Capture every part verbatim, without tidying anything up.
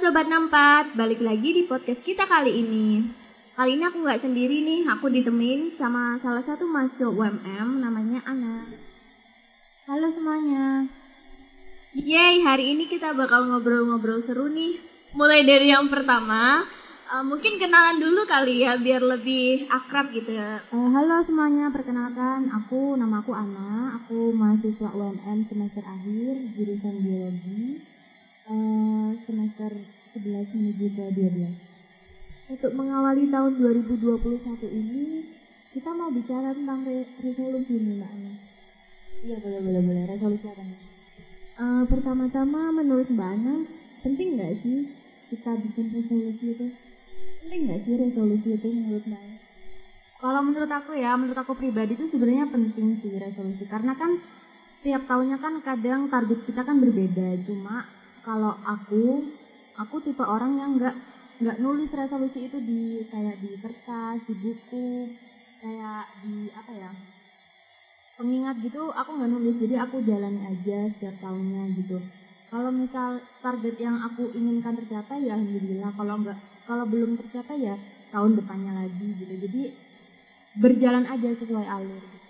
Sobat enam empat, balik lagi di podcast kita kali ini. Kali ini aku gak sendiri nih, aku ditemenin sama salah satu mahasiswa U M M namanya Ana. Halo semuanya. Yeay, hari ini kita bakal ngobrol-ngobrol seru nih. Mulai dari yang pertama, uh, mungkin kenalan dulu kali ya biar lebih akrab gitu ya. Uh, halo semuanya, perkenalkan aku nama aku Ana, aku mahasiswa U M M semester akhir jurusan biologi. Uh, semester sebelas menuju ke dua belas. Untuk mengawali tahun dua ribu dua puluh satu ini, kita mau bicara tentang re- resolusi nih Mbak Ana. Iya boleh boleh boleh resolusi apa nih? Uh, pertama-tama menurut Mbak Ana, penting nggak sih kita bikin resolusi itu? Penting nggak sih resolusi itu menurut Mbak Ana? Kalau menurut aku ya, menurut aku pribadi itu sebenarnya penting sih resolusi, karena kan tiap tahunnya kan kadang target kita kan berbeda. Cuma kalau aku, aku tipe orang yang nggak nggak nulis resolusi itu di kayak di kertas, di buku, kayak di apa ya, pengingat gitu. Aku nggak nulis, jadi aku jalani aja setiap tahunnya gitu. Kalau misal target yang aku inginkan tercapai ya alhamdulillah, kalau nggak, kalau belum tercapai ya tahun depannya lagi gitu. Jadi berjalan aja sesuai alur gitu.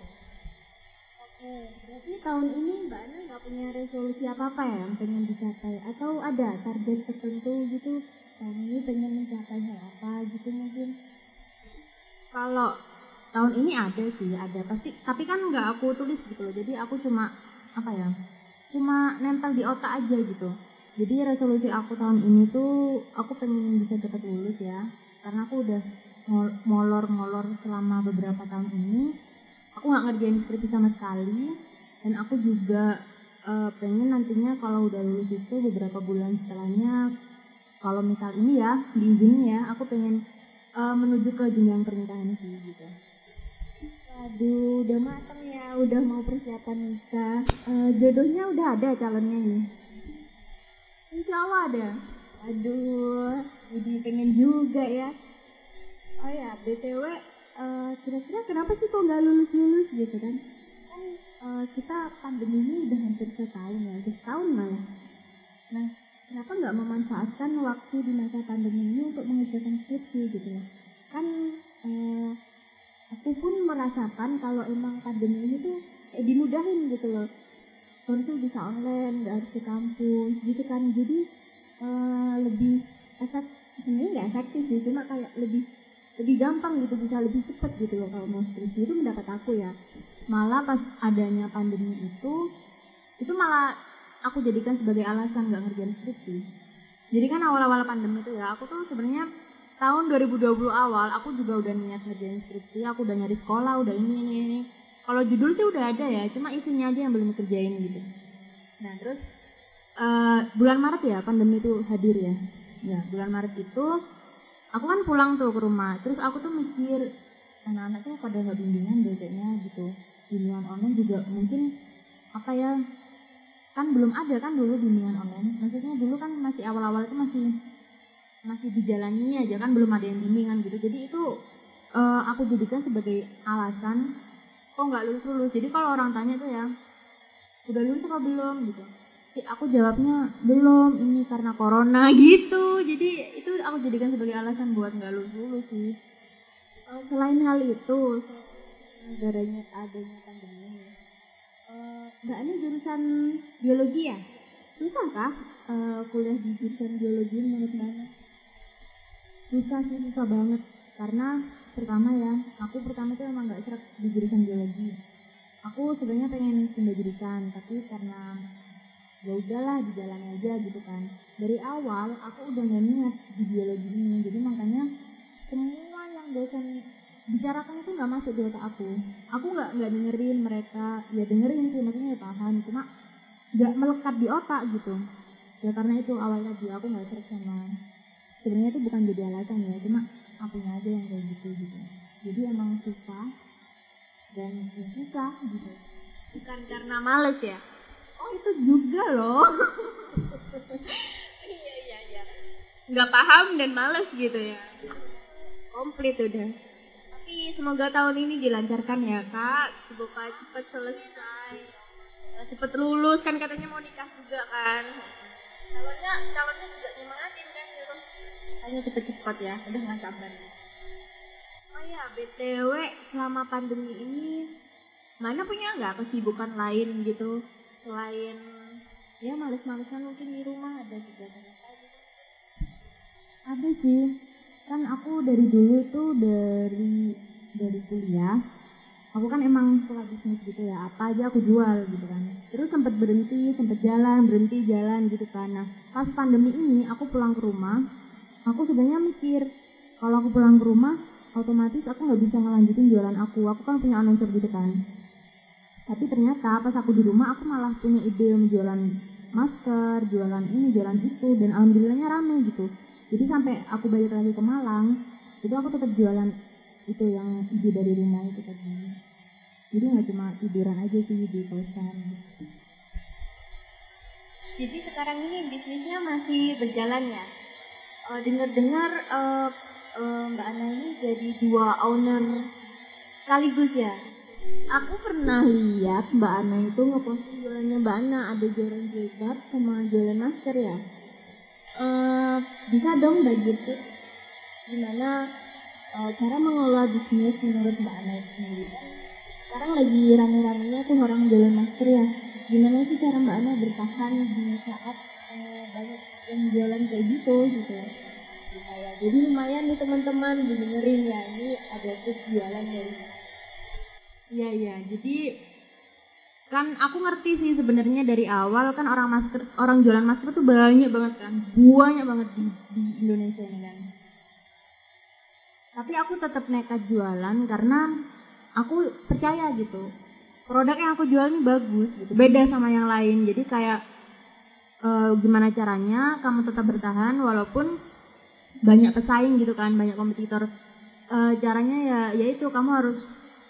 Oke, berarti tahun ini Mbak Ana nggak punya resolusi apa-apa ya yang pengen dicapai? Atau ada target tertentu gitu, tahun ini pengen mencapai hal apa gitu mungkin? Kalau tahun ini ada sih, ada pasti, tapi kan nggak aku tulis gitu loh. Jadi aku cuma apa ya, cuma nempel di otak aja gitu. Jadi resolusi aku tahun ini tuh aku pengen bisa cepat lulus ya, karena aku udah molor-molor selama beberapa tahun ini. Aku nggak ngerjain skripsi sama sekali, dan aku juga uh, pengen nantinya kalau udah lulus itu beberapa bulan setelahnya, kalau misal ini ya diizinin ya, aku pengen uh, menuju ke jenjang pernikahan sih gitu. Waduh, udah mateng ya, udah mau persiapan nikah. Uh, jodohnya udah ada calonnya nih? Insya Allah ada. Aduh, jadi pengen juga ya. Oh ya, B T W Uh, kira-kira kenapa sih kok nggak lulus-lulus gitu kan? Kan uh, kita pandemi ini udah hampir setahun ya, hampir setahun malah. Nah, kenapa nggak memanfaatkan waktu di masa pandemi ini untuk mengerjakan skripsi gitu ya? Kan uh, aku pun merasakan kalau emang pandemi ini tuh eh, dimudahin gitu loh. Konsul bisa online, nggak harus ke kampus gitu kan. Jadi uh, lebih efektif, sebenarnya nggak efektif sih, cuma kayak lebih lebih gampang gitu, bisa lebih cepat gitu loh kalau mau skripsi. Itu mendapat aku ya. Malah pas adanya pandemi itu, itu malah aku jadikan sebagai alasan gak ngerjain skripsi. Jadi kan awal-awal pandemi itu ya, aku tuh sebenarnya tahun dua ribu dua puluh awal, aku juga udah niat ngerjain skripsi, aku udah nyari sekolah, udah ini, ini, ini. Kalau judul sih udah ada ya, cuma isinya aja yang belum dikerjain gitu. Nah terus, uh, bulan Maret ya, pandemi itu hadir ya. Ya, bulan Maret itu, aku kan pulang tuh ke rumah, terus aku tuh mikir anak-anak tuh pada nggak bimbingan deh kayaknya gitu. Bimbingan online juga mungkin apa ya, kan belum ada kan dulu bimbingan online. Maksudnya dulu kan masih awal-awal itu masih masih dijalani aja kan, belum ada yang bimbingan gitu. Jadi itu uh, aku jadikan sebagai alasan kok nggak lulus-lulus. Jadi kalau orang tanya tuh ya, udah lulus apa belum gitu, aku jawabnya belum, ini karena corona gitu. Jadi itu aku jadikan sebagai alasan buat nggak lulus-lulus sih. Uh, selain hal itu, negaranya adanya pandemi, uh, Mbak Ani jurusan biologi ya? Susah kah uh, kuliah di jurusan biologi menurut Mbak Ani? Susah sih, susah banget. Karena pertama ya, aku pertama tuh emang nggak serak di jurusan biologi. Aku sebenarnya pengen pindah jurusan, tapi karena ya udahlah dijalani aja gitu kan. Dari awal aku udah gak niat di biologi ini, jadi makanya semua yang dosen bicarakan itu nggak masuk di otak aku. Aku nggak nggak dengerin mereka, ya dengerin sih maksudnya ya paham, cuma nggak melekat di otak gitu. Ya karena itu awal tadi aku nggak serak sama. Sebenarnya itu bukan jadi alasan ya, cuma akunya aja yang kayak gitu gitu. Jadi emang susah dan ya susah gitu. Bukan karena males ya. Oh itu juga loh. Iya iya iya. Nggak paham dan males gitu ya. Komplit udah. Tapi semoga tahun ini dilancarkan ya kak. Semoga cepat selesai, cepat lulus, kan katanya mau nikah juga kan. Calonnya calonnya juga nyemangatin kan. Ayo cepet-cepet ya, udah nggak sabar. Oh ya, B T W selama pandemi ini mana punya nggak kesibukan lain gitu selain Ya males-malesan mungkin di rumah ada kegiatan apa gitu. ada sih, kan aku dari dulu tuh dari dari kuliah aku kan emang suka bisnis gitu ya, apa aja aku jual gitu kan. Terus sempat berhenti, sempat jalan, berhenti jalan gitu kan. Nah pas pandemi ini aku pulang ke rumah, aku sebenarnya mikir kalau aku pulang ke rumah otomatis aku nggak bisa ngelanjutin jualan aku. Aku kan punya online shop gitu kan. Tapi ternyata pas aku di rumah aku malah punya ide menjualan masker, jualan ini, jualan itu, dan alhamdulillahnya rame gitu. Jadi sampai aku balik lagi ke Malang, itu aku tetap jualan itu yang ide dari rumah itu tadi. Jadi nggak cuma tiduran aja sih di kosan. Jadi sekarang ini bisnisnya masih berjalan ya? Uh, dengar-dengar uh, uh, Mbak Ana ini jadi dua owner sekaligus ya? Aku pernah lihat Mbak Ana itu ngeposting jualannya Mbak Ana, ada jualan jilbab sama jualan masker ya. Uh, bisa dong bagi tips gimana uh, cara mengelola bisnis menurut Mbak Ana itu sendiri. Sekarang lagi rame-ramenya tuh orang jualan masker ya. Gimana sih cara Mbak Ana bertahan di saat uh, banyak yang jualan kayak gitu gitu ya. Jadi lumayan nih teman-teman dengerin ya, ini ada tips jualan dari saya. Iya iya, jadi kan aku ngerti sih sebenarnya dari awal kan orang masker, orang jualan masker tuh banyak banget kan, banyak banget di, di Indonesia ini kan. Tapi aku tetap nekat jualan karena aku percaya gitu, produk yang aku jual ini bagus gitu, beda sama yang lain. Jadi kayak e, gimana caranya kamu tetap bertahan walaupun banyak pesaing gitu kan, banyak kompetitor. E, caranya ya yaitu kamu harus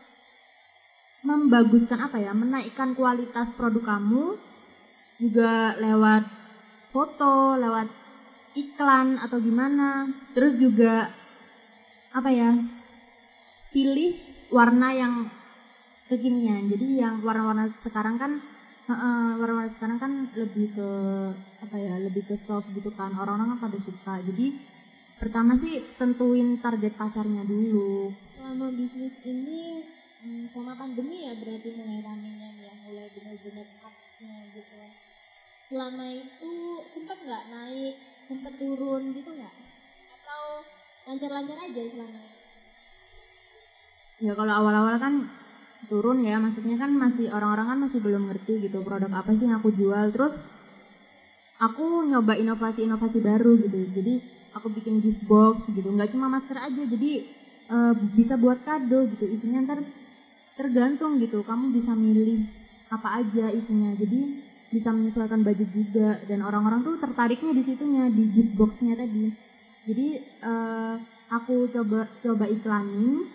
membaguskan apa ya, menaikkan kualitas produk kamu juga lewat foto, lewat iklan atau gimana. Terus juga apa ya, pilih warna yang kekinian. Jadi yang warna-warna sekarang kan uh, warna-warna sekarang kan lebih ke apa ya, lebih ke soft gitu kan, orang-orang kan pada suka. Jadi pertama sih tentuin target pasarnya dulu. Selama bisnis ini Hmm, sama pandemi ya berarti mulai ramenya ya, mulai benar-benar upnya gitu. Selama itu sempat nggak naik, sempat turun gitu nggak? Atau lancar-lancar aja selama itu? Ya kalau awal-awal kan turun ya, maksudnya kan masih orang-orang kan masih belum ngerti gitu produk apa sih yang aku jual. Terus aku nyoba inovasi-inovasi baru gitu. Jadi aku bikin gift box gitu, nggak cuma masker aja, jadi uh, bisa buat kado gitu. Isinya ntar tergantung gitu, kamu bisa milih apa aja isinya, jadi bisa menyesuaikan budget juga, dan orang-orang tuh tertariknya di situnya, di gift boxnya tadi. Jadi uh, aku coba coba iklanin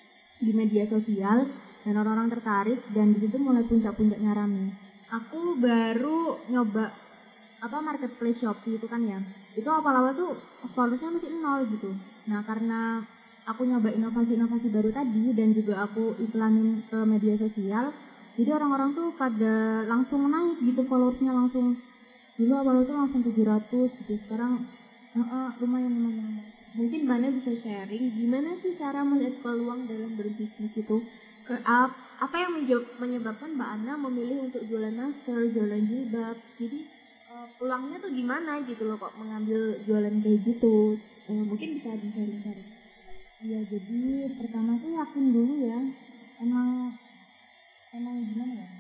di media sosial dan orang-orang tertarik, dan di situ mulai puncak-puncaknya rame. Aku baru nyoba apa marketplace Shopee itu kan ya, itu awal-awal tuh followersnya masih nol gitu. Nah karena aku nyoba inovasi-inovasi baru tadi dan juga aku iklanin ke media sosial, jadi orang-orang tuh pada langsung naik gitu followersnya, langsung dulu awal tuh langsung tujuh ratus gitu, sekarang uh, uh, lumayan lumayan. Mungkin Mbak Ana bisa sharing gimana sih cara melihat peluang dalam berbisnis itu? Ke apa yang menyebabkan Mbak Ana memilih untuk jualan masker, jualan jilbab? Jadi uh, peluangnya tuh gimana gitu loh kok mengambil jualan kayak gitu? Uh, mungkin bisa di-sharing-sharing. Iya, jadi pertama tuh yakin dulu ya, emang emang gimana ya,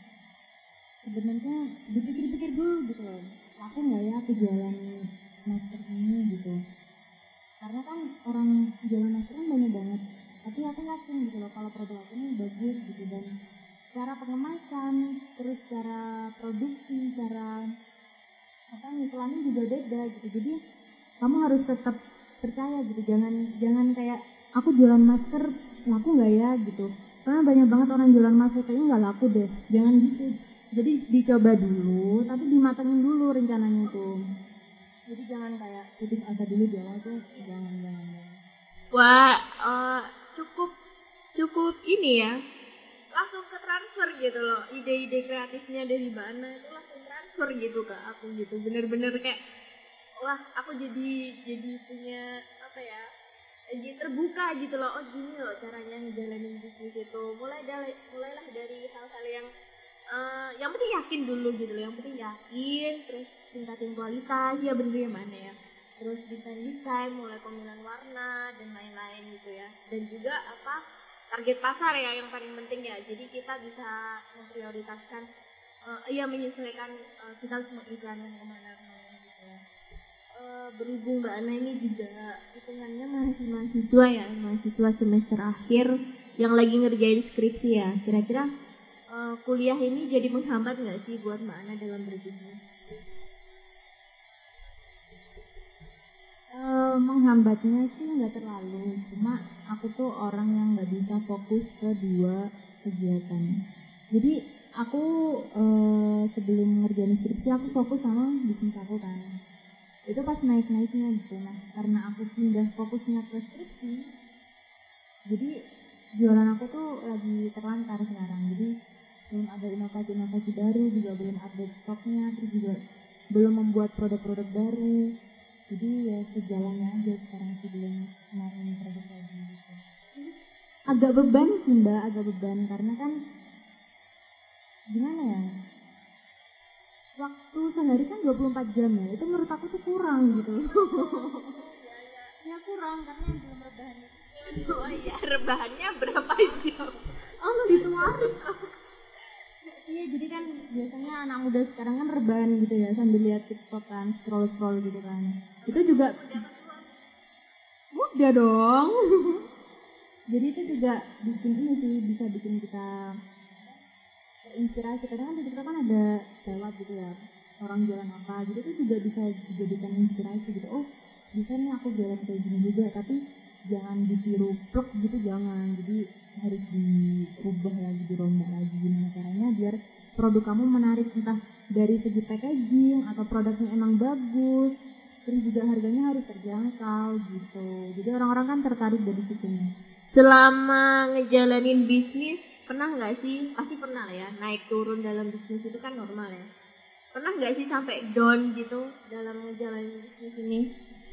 sebenarnya dipikir-pikir dulu gitu loh, laku nggak ya aku jualan masker ini gitu. Karena kan orang jualan masker kan banyak banget, tapi aku yakin gitu loh kalau produk aku ini bagus gitu, dan cara pengemasan, terus cara produksi, cara apa ngiklanin juga beda gitu. Jadi kamu harus tetap percaya gitu, jangan jangan kayak aku jualan masker laku nggak ya gitu, karena banyak banget orang jualan masker kayaknya nggak laku deh, jangan gitu. Jadi dicoba dulu tapi dimatengin dulu rencananya tuh, jadi jangan kayak putus asa dulu di awal tuh, jangan jangan, jangan. Wah uh, cukup cukup ini ya, langsung ke transfer gitu loh, ide-ide kreatifnya dari Mbak Ana itu langsung transfer gitu ke aku gitu, bener-bener kayak wah aku jadi jadi punya apa ya, jadi terbuka gitu loh, oh gini loh caranya ngejalanin bisnis itu. Mulai dari mulailah dari hal-hal yang uh, yang penting yakin dulu gitu loh, yang penting yakin, terus tingkatin kualitas ya bener yang mana ya, terus desain-desain, mulai pemilihan warna dan lain-lain gitu ya, dan juga apa target pasar ya yang paling penting ya, jadi kita bisa memprioritaskan uh, iya menyesuaikan uh, kita harus mengiklankan kemana kemana gitu ya. Uh, berhubung Mbak Ana ini juga hitungannya masih mahasiswa ya, mahasiswa semester akhir yang lagi ngerjain skripsi ya, kira-kira uh, kuliah ini jadi menghambat nggak sih buat Mbak Ana dalam berbisnis? Uh, menghambatnya sih nggak terlalu, cuma aku tuh orang yang nggak bisa fokus ke dua kegiatan. Jadi aku uh, sebelum ngerjain skripsi aku fokus sama bisnis aku kan. Itu pas naik-naiknya gitu. Nah, karena aku pindah fokusnya ke skripsi, jadi jualan aku tuh lagi terlantar sekarang. Jadi belum ada inovasi-inovasi baru, juga belum update stoknya, terus juga belum membuat produk-produk baru. Jadi ya sejalannya aja sekarang sih, belum kemarin produk lagi gitu. Agak beban sih Mbak, agak beban karena kan gimana ya, waktu sehari kan dua puluh empat jam ya, itu menurut aku tuh kurang gitu. Ya kurang karena yang belum rebahan. Oh iya, rebahannya berapa jam? Oh lu dituarin. Iya, jadi kan biasanya anak muda sekarang kan rebahan gitu ya, sambil lihat TikTok kan, scroll-scroll gitu kan. Itu juga muda dong. Jadi itu juga bikin ini sih, bisa bikin kita inspirasi. Kadang kan di TikTok kan ada lewat gitu ya, orang jualan apa gitu, itu juga bisa dijadikan inspirasi gitu. Oh bisa nih aku jualan kayak gini juga, tapi jangan ditiru plek gitu, jangan. Jadi harus dirubah lagi, dirombak lagi gimana caranya biar produk kamu menarik, entah dari segi packaging atau produknya emang bagus, terus juga harganya harus terjangkau gitu. Jadi orang-orang kan tertarik dari situ. Selama ngejalanin bisnis pernah nggak sih, pasti pernah lah ya, naik turun dalam bisnis itu kan normal ya, pernah nggak sih sampai down gitu dalam ngejalanin bisnis ini?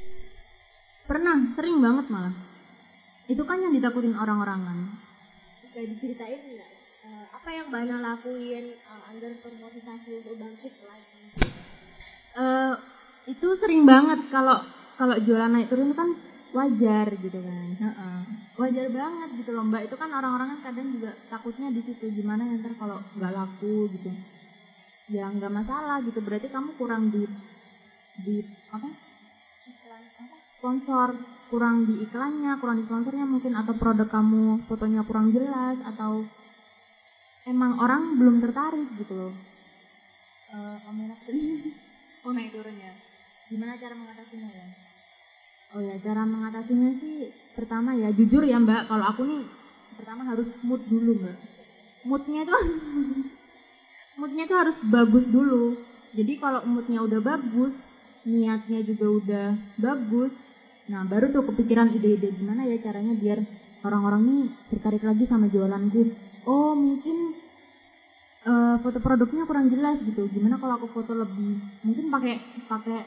Pernah, sering banget malah. Itu kan yang ditakutin orang-orang kan. Bisa diceritain nggak uh, apa yang Mbak Ana lakuin uh, agar termotivasi untuk bangkit lagi? Uh, itu sering banget kalau kalau jualan naik turun kan wajar gitu kan. Uh-uh. Wajar banget gitu loh Mbak. Itu kan orang-orang kan kadang juga takutnya di situ, gimana ya ntar kalau nggak laku gitu. Ya nggak masalah gitu. Berarti kamu kurang di di apa? Iklan apa? Sponsor, kurang di iklannya, kurang di sponsornya mungkin, atau produk kamu fotonya kurang jelas, atau emang orang belum tertarik gitu loh. Uh, kamera oh naik turunnya. Gimana cara mengatasinya ya? Oh ya, cara mengatasinya sih pertama ya jujur ya Mbak, kalau aku nih pertama harus mood dulu Mbak. Moodnya itu moodnya itu harus bagus dulu. Jadi kalau moodnya udah bagus, niatnya juga udah bagus, nah baru tuh kepikiran ide-ide gimana ya caranya biar orang-orang nih tertarik lagi sama jualanku. Oh mungkin uh, foto produknya kurang jelas gitu, gimana kalau aku foto lebih, mungkin pakai pakai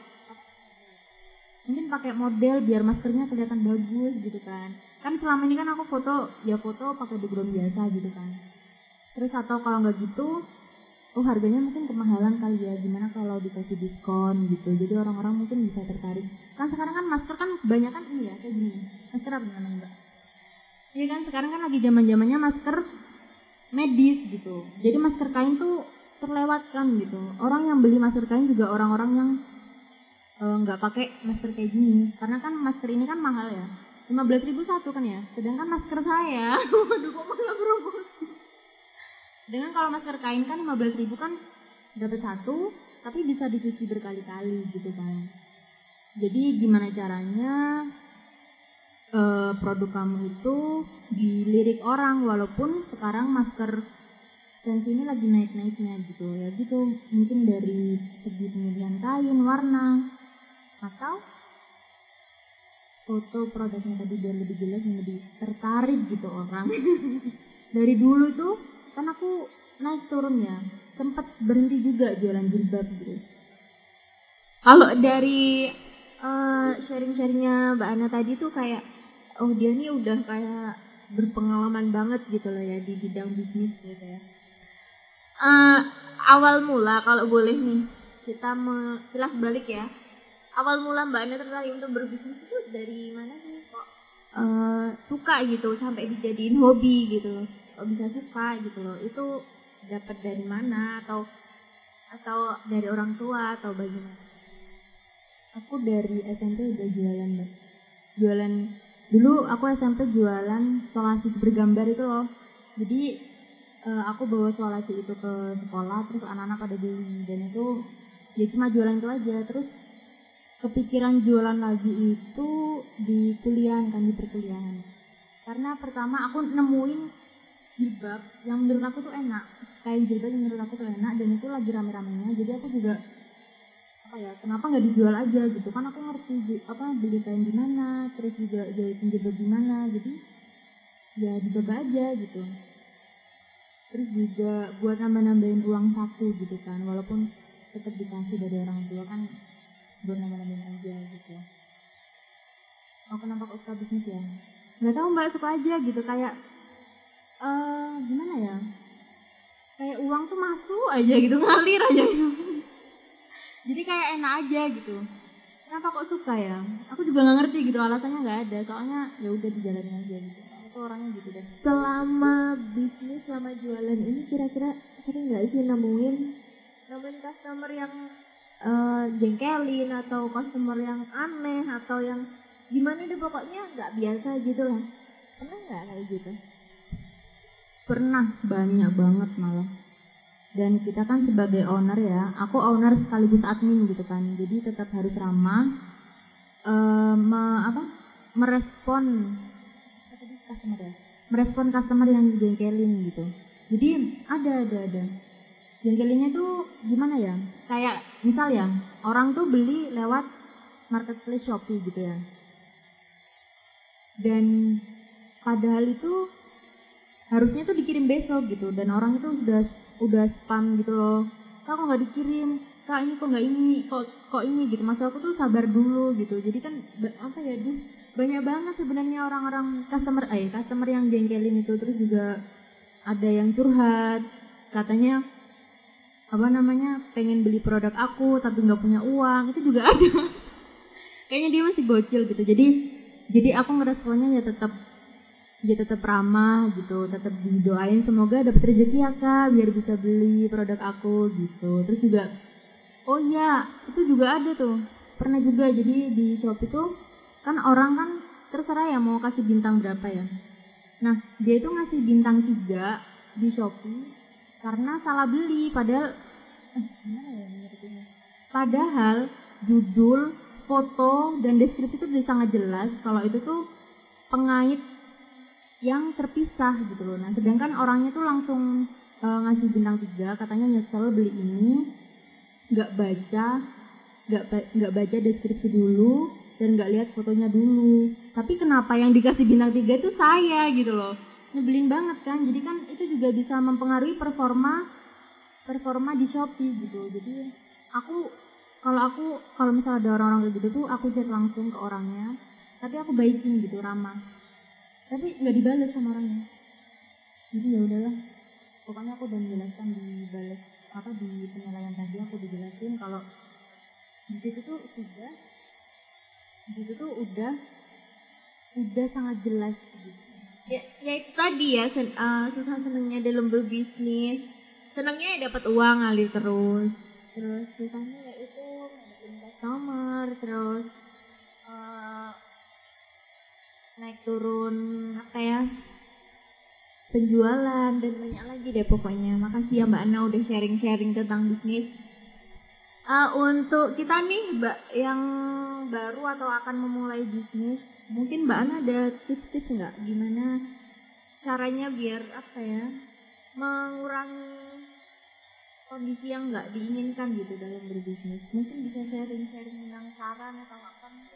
mungkin pakai model biar maskernya kelihatan bagus gitu kan. Kan selama ini kan aku foto ya foto pakai background biasa gitu kan. Terus atau kalau nggak gitu, oh harganya mungkin kemahalan kali ya, gimana kalau dikasih diskon gitu, jadi orang-orang mungkin bisa tertarik. Kan sekarang kan masker kan banyak kan ini ya kayak gini, masker apa namanya Mbak? Iya kan sekarang kan lagi zaman-zamannya masker medis gitu, jadi masker kain tuh terlewatkan gitu. Orang yang beli masker kain juga orang-orang yang nggak uh, pakai masker kayak gini, karena kan masker ini kan mahal ya, lima belas ribu satu kan ya, sedangkan masker saya waduh kok malah promosi. Dengan kalau masker kain kan lima belas ribu kan dapat satu, tapi bisa dicuci berkali-kali gitu kan. Jadi gimana caranya uh, produk kamu itu dilirik orang, walaupun sekarang masker sensi ini lagi naik-naiknya gitu ya gitu. Mungkin dari segi pemilihan kain, warna, atau foto produknya tadi biar lebih jelas dan lebih tertarik gitu orang. Dari dulu itu kan aku naik turun ya, sempat berhenti juga jualan jilbab gitu. Kalau dari uh, sharing-sharingnya Mbak Ana tadi tuh kayak oh dia nih udah kayak berpengalaman banget gitu loh ya di bidang bisnis gitu ya. Uh, awal mula kalau boleh nih kita kilas balik ya. Awal mula Mbak Ana tertarik untuk berbisnis itu dari mana sih kok uh, suka gitu sampai dijadiin hobi gitu loh. Kok bisa suka gitu loh. Itu dapat dari mana atau atau dari orang tua atau bagaimana? Aku dari S M P udah jualan Mbak. Jualan dulu aku S M P jualan solasi bergambar itu loh. Jadi uh, aku bawa solasi itu ke sekolah terus anak-anak pada beli dan itu ya cuma jualan itu aja. Terus kepikiran jualan lagi itu di kuliah kan di perkuliahan. Karena pertama aku nemuin jilbab yang menurut aku tuh enak. Kain jilbab yang menurut aku tuh enak dan itu lagi rame-ramenya. Jadi aku juga apa ya kenapa nggak dijual aja gitu kan aku ngerti apa beli kain di mana terus juga jahitin jilbab di mana jadi ya dicoba aja gitu terus juga buat nambah-nambahin uang saku gitu kan walaupun tetap dikasih dari orang tua kan buat nambah-nambahin aja gitu. Oh kenapa kok suka bisnis ya nggak tahu Mbak suka aja gitu kayak uh, gimana ya kayak uang tuh masuk aja gitu ngalir aja gitu. Jadi kayak enak aja gitu. Kenapa kok suka ya? Aku juga nggak ngerti gitu alasannya nggak ada. Soalnya ya udah dijalanin aja gitu. Aku orangnya gitu deh. Selama bisnis, selama jualan ini kira-kira sering nggak sih nemuin nemuin customer yang uh, jengkelin atau customer yang aneh atau yang gimana deh pokoknya nggak biasa gitu lah. Pernah nggak kayak gitu? Pernah banyak banget malah. Dan kita kan sebagai owner ya, aku owner sekaligus admin gitu kan, jadi tetap harus ramah, uh, me, apa, merespon, apa tadi customer ya, merespon customer yang jengkelin gitu. Jadi ada ada ada, jengkelinnya tuh gimana ya? Kayak misal ya, orang tuh beli lewat marketplace Shopee gitu ya, dan padahal itu harusnya tuh dikirim besok gitu, dan orang itu udah udah spam gitu loh, kak kok nggak dikirim, kak ini kok nggak ini, kok kok ini gitu. Maksud aku tuh sabar dulu gitu. Jadi kan apa ya, duh banyak banget sebenarnya orang-orang customer, eh customer yang jengkelin itu. Terus juga ada yang curhat, katanya apa namanya pengen beli produk aku tapi nggak punya uang, itu juga ada. Kayaknya dia masih bocil gitu. Jadi jadi aku ngeresponnya ya tetap ya tetap ramah gitu, tetap didoain semoga dapat rezeki ya kak biar bisa beli produk aku gitu. Terus juga oh iya itu juga ada tuh, pernah juga jadi di Shopee tuh kan orang kan terserah ya mau kasih bintang berapa ya. Nah dia itu ngasih bintang tiga di Shopee karena salah beli, padahal eh, gimana ya mengertinya, padahal judul, foto dan deskripsi itu udah sangat jelas kalau itu tuh pengait yang terpisah gitu loh. Nah sedangkan orangnya tuh langsung e, ngasih bintang tiga, katanya nyesel beli ini, nggak baca nggak nggak baca deskripsi dulu dan nggak lihat fotonya dulu. Tapi kenapa yang dikasih bintang tiga itu saya gitu loh, nyebelin banget kan. Jadi kan itu juga bisa mempengaruhi performa performa di Shopee gitu. Jadi aku kalau aku kalau misalnya ada orang-orang kayak gitu tuh aku chat langsung ke orangnya, tapi aku baikin gitu, ramah, tapi nggak dibalas sama orangnya. Jadi ya udahlah, pokoknya aku udah menjelaskan di balas apa di penilaian tadi, aku dijelasin kalau di situ tuh sudah di situ tuh udah udah sangat jelas gitu. Ya, ya itu tadi ya sen, uh, susah senangnya dalam berbisnis, senangnya ya dapat uang ngalir terus, terus susahnya ya itu ngadepin customer, terus uh, naik turun apa ya penjualan dan banyak lagi deh pokoknya. Makasih ya Mbak Ana udah sharing-sharing tentang bisnis. Uh, untuk kita nih Mbak yang baru atau akan memulai bisnis, mungkin Mbak Ana ada tips-tips nggak gimana caranya biar apa ya mengurangi kondisi yang nggak diinginkan gitu dalam berbisnis? Mungkin bisa sharing-sharing tentang saran atau apa mungkin.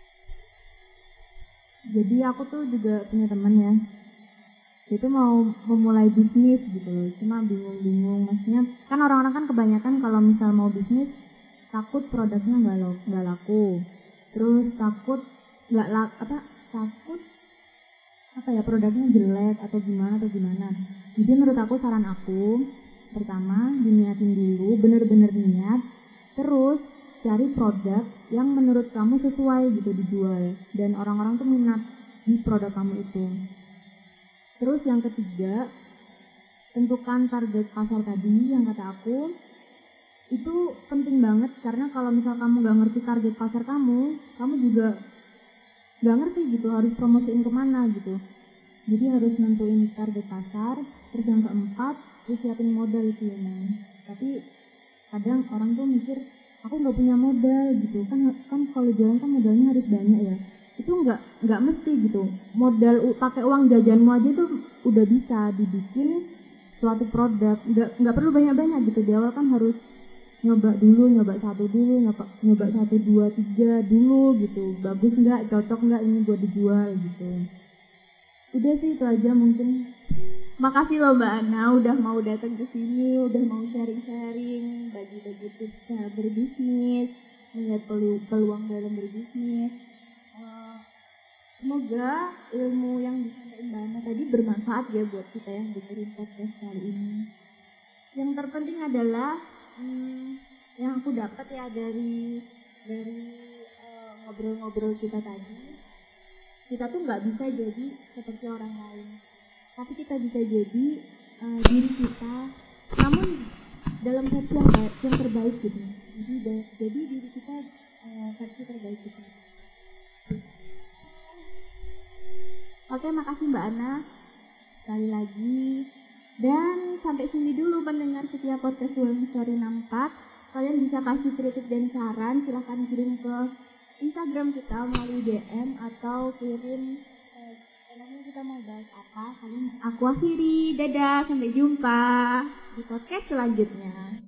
Jadi aku tuh juga punya teman ya, itu mau memulai bisnis gitu loh, cuma bingung-bingung. Maksudnya kan orang-orang kan kebanyakan kalau misal mau bisnis takut produknya nggak nggak laku, terus takut nggak lak apa takut apa ya produknya jelek atau gimana atau gimana. Jadi menurut aku, saran aku pertama diniatin dulu, bener-bener niat, terus cari produk yang menurut kamu sesuai gitu dijual dan orang-orang tuh minat di produk kamu itu. Terus yang ketiga, tentukan target pasar tadi yang kata aku. Itu penting banget karena kalau misal kamu gak ngerti target pasar kamu, kamu juga gak ngerti gitu harus promosiin kemana gitu. Jadi harus nentuin target pasar. Terus yang keempat, terus siapin modal itu ya. Tapi kadang orang tuh mikir, aku gak punya modal gitu. Kan kan kalau jualan kan modalnya harus banyak ya. Itu nggak nggak mesti gitu. Modal pakai uang jajanmu aja tuh udah bisa dibikin suatu produk. Nggak nggak perlu banyak-banyak gitu. Di awal kan harus nyoba dulu, nyoba satu dulu, nyoba, nyoba satu dua tiga dulu gitu. Bagus nggak, cocok nggak ini buat dijual gitu. Udah sih itu aja mungkin. Makasih loh Mbak Ana udah mau datang ke sini, udah mau sharing-sharing, bagi-bagi tips cara berbisnis, melihat pelu- peluang dalam berbisnis. Uh, semoga ilmu yang disampaikan Mbak Ana tadi bermanfaat ya buat kita yang dengerin podcast kali ini. Yang terpenting adalah Hmm, yang aku dapat ya dari dari uh, ngobrol-ngobrol kita tadi, kita tuh nggak bisa jadi seperti orang lain, tapi kita bisa jadi uh, diri kita, namun dalam versi yang, baik, yang terbaik gitu. Jadi jadi diri kita uh, versi terbaik gitu. Oke, makasih Mbak Ana sekali lagi. Dan sampai sini dulu pendengar setiap podcast Wellness Story enam puluh empat. Kalian bisa kasih kritik dan saran, silahkan kirim ke Instagram kita melalui D M atau kirim eh, namanya kita mau bahas apa. Kalian aku akhiri, dadah, sampai jumpa di podcast selanjutnya.